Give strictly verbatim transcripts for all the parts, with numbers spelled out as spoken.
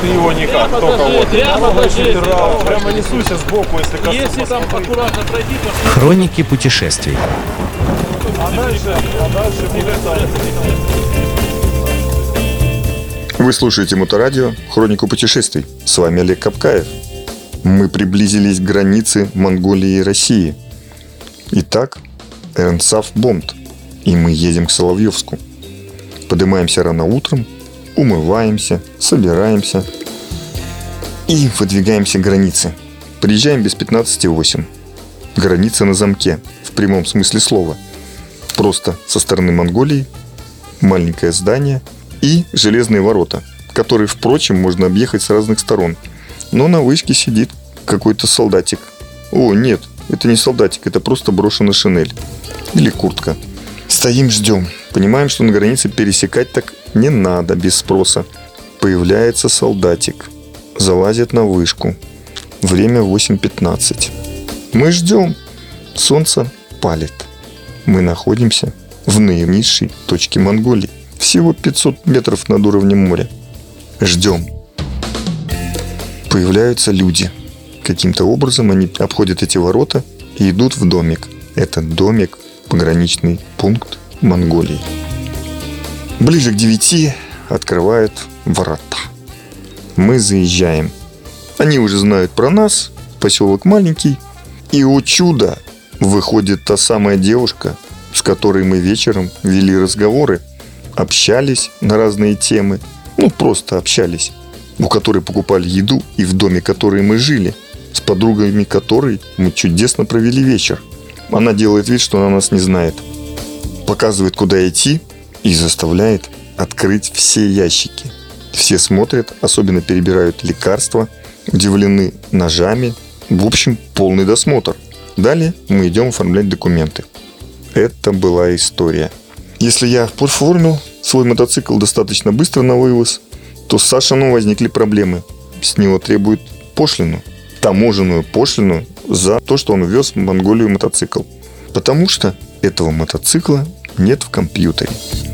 его никак, Прямо только даже, вот. прямо даже, Прямо, прямо прямо несуйся сбоку, если коснусь. Если там аккуратно пройти, то... Хроники путешествий. А дальше, а дальше будет там. Вы слушаете Моторадио, хронику путешествий. С вами Олег Капкаев. Мы приблизились к границе Монголии и России. Итак, Эрнсаф-Бонд. И мы едем к Соловьевску. Поднимаемся рано утром, умываемся, собираемся и выдвигаемся к границе. Приезжаем без пятнадцати восемь. Граница на замке, в прямом смысле слова. Просто со стороны Монголии маленькое здание и железные ворота, которые, впрочем, можно объехать с разных сторон. Но на вышке сидит какой-то солдатик. О, нет, это не солдатик, это просто брошена шинель. Или куртка. Стоим, ждем. Понимаем, что на границе пересекать так не надо без спроса. Появляется солдатик. Залазит на вышку. Время восемь пятнадцать. Мы ждем. Солнце палит. Мы находимся в наивысшей точке Монголии. Всего пятьсот метров над уровнем моря. Ждем. Появляются люди. Каким-то образом они обходят эти ворота и идут в домик. Этот домик – пограничный пункт Монголии. Ближе к девяти открывают ворота. Мы заезжаем. Они уже знают про нас. Поселок маленький. И, о чудо, выходит та самая девушка, с которой мы вечером вели разговоры, общались на разные темы. Ну, просто общались. У которой покупали еду и в доме, в котором мы жили, с подругами которой мы чудесно провели вечер. Она делает вид, что она нас не знает. Показывает, куда идти, и заставляет открыть все ящики. Все смотрят, особенно перебирают лекарства, удивлены ножами. В общем, полный досмотр. Далее мы идем оформлять документы. Это была история. Если я оформил свой мотоцикл достаточно быстро на вывоз, то с Сашиным возникли проблемы. С него требуют пошлину, таможенную пошлину за то, что он вез в Монголию мотоцикл. Потому что этого мотоцикла нет в компьютере.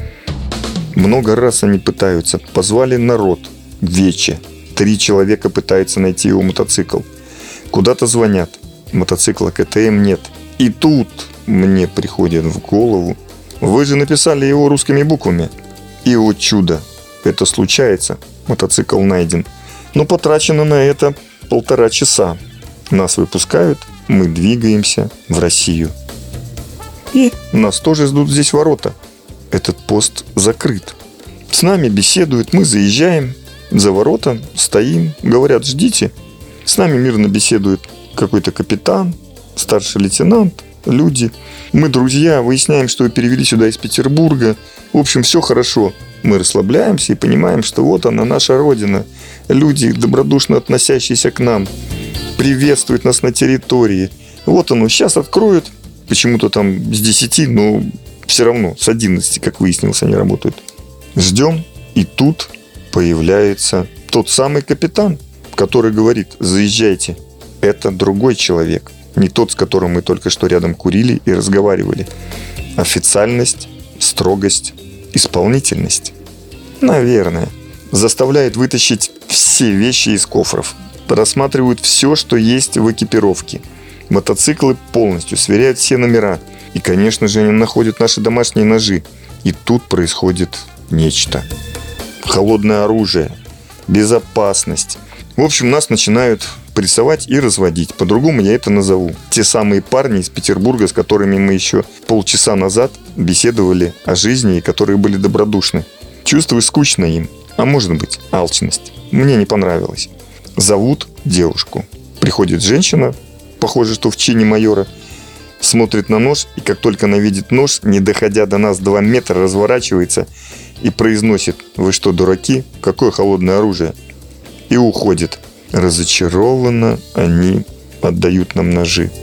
Много раз они пытаются. Позвали народ. Вече. Три человека пытаются найти его мотоцикл. Куда-то звонят. Мотоцикла ка тэ эм нет. И тут мне приходит в голову: вы же написали его русскими буквами. И, о чудо, это случается. Мотоцикл найден. Но потрачено на это полтора часа. Нас выпускают, мы двигаемся в Россию. И нас тоже ждут здесь ворота. Этот пост закрыт. С нами беседуют, мы заезжаем. За ворота стоим, говорят: ждите. С нами мирно беседует какой-то капитан, старший лейтенант, люди. Мы друзья, выясняем, что перевели сюда из Петербурга. В общем, все хорошо. Мы расслабляемся и понимаем, что вот она, наша родина. Люди, добродушно относящиеся к нам, приветствуют нас на территории. Вот оно, сейчас откроют. Почему-то там с десяти, но все равно с одиннадцати, как выяснилось, они работают. Ждем, и тут появляется тот самый капитан, который говорит: заезжайте. Это другой человек. Не тот, с которым мы только что рядом курили и разговаривали. Официальность, строгость, исполнительность. Наверное. Заставляет вытащить все вещи из кофров. Рассматривают все, что есть в экипировке. Мотоциклы полностью, сверяют все номера. И, конечно же, они находят наши домашние ножи. И тут происходит нечто. Холодное оружие. Безопасность. В общем, нас начинают прессовать и разводить. По-другому я это назову. Те самые парни из Петербурга, с которыми мы еще полчаса назад беседовали о жизни и которые были добродушны. Чувствую, скучно им. А может быть, алчность. Мне не понравилось. Зовут девушку. Приходит женщина, похоже, что в чине майора, смотрит на нож, и как только она видит нож, не доходя до нас два метра, разворачивается и произносит: вы что, дураки? Какое холодное оружие? И уходит. Разочарованно они отдают нам ножи.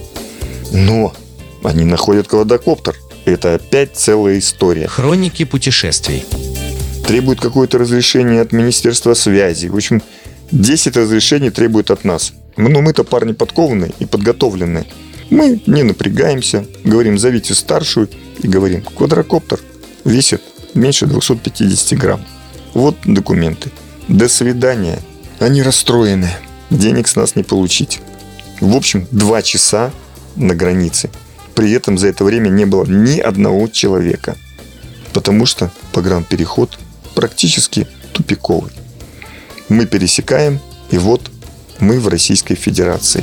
Но они находят квадрокоптер. Это опять целая история. Хроники путешествий. Требует какое-то разрешение от Министерства связи. В общем, десять разрешений требуют от нас. Но мы-то парни подкованные и подготовленные. Мы не напрягаемся, говорим: зовите старшую, и говорим: квадрокоптер весит меньше двести пятьдесят грамм. Вот документы. До свидания. Они расстроены. Денег с нас не получить. В общем, два часа на границе. При этом за это время не было ни одного человека. Потому что погранпереход практически тупиковый. Мы пересекаем, и вот мы в Российской Федерации.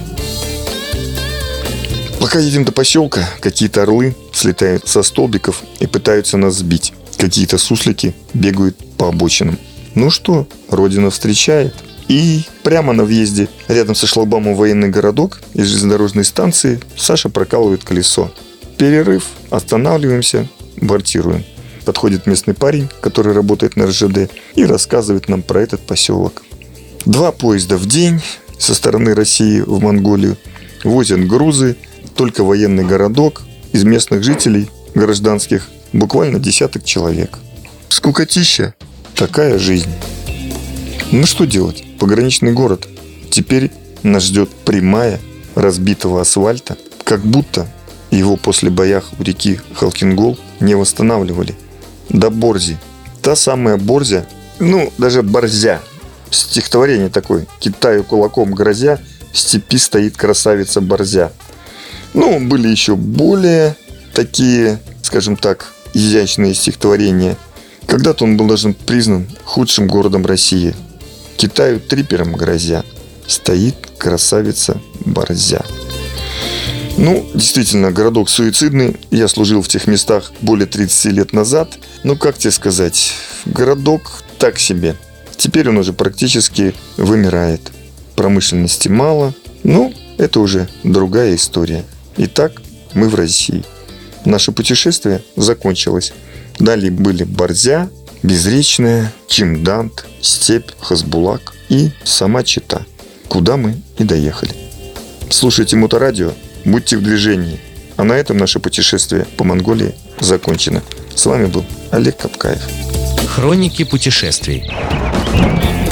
Пока едем до поселка, какие-то орлы слетают со столбиков и пытаются нас сбить. Какие-то суслики бегают по обочинам. Ну что, Родина встречает. И прямо на въезде рядом со шлагбаумом военный городок из железнодорожной станции Саша прокалывает колесо. Перерыв, останавливаемся, бортируем. Подходит местный парень, который работает на эр жэ дэ, и рассказывает нам про этот поселок. Два поезда в день со стороны России в Монголию возят грузы, только военный городок, из местных жителей, гражданских, буквально десяток человек. Скукотища, такая жизнь. Ну что делать? Пограничный город. Теперь нас ждет прямая разбитого асфальта, как будто его после боях у реки Халкингол не восстанавливали. До Борзи. Та самая Борзя, ну, даже Борзя. Стихотворение такое. Китаю кулаком грозя, в степи стоит красавица Борзя. Ну, были еще более такие, скажем так, изящные стихотворения. Когда-то он был даже признан худшим городом России. Китаю трипером грозя, стоит красавица Борзя. Ну, действительно, городок суицидный. Я служил в тех местах более тридцати лет назад. Ну, как тебе сказать, городок так себе. Теперь он уже практически вымирает. Промышленности мало. Ну, это уже другая история. Итак, мы в России. Наше путешествие закончилось. Далее были Борзя, Безречная, Чемдант, Степь, Хасбулак и сама Чита, куда мы и доехали. Слушайте Моторадио, будьте в движении. А на этом наше путешествие по Монголии закончено. С вами был Олег Капкаев. Хроники путешествий.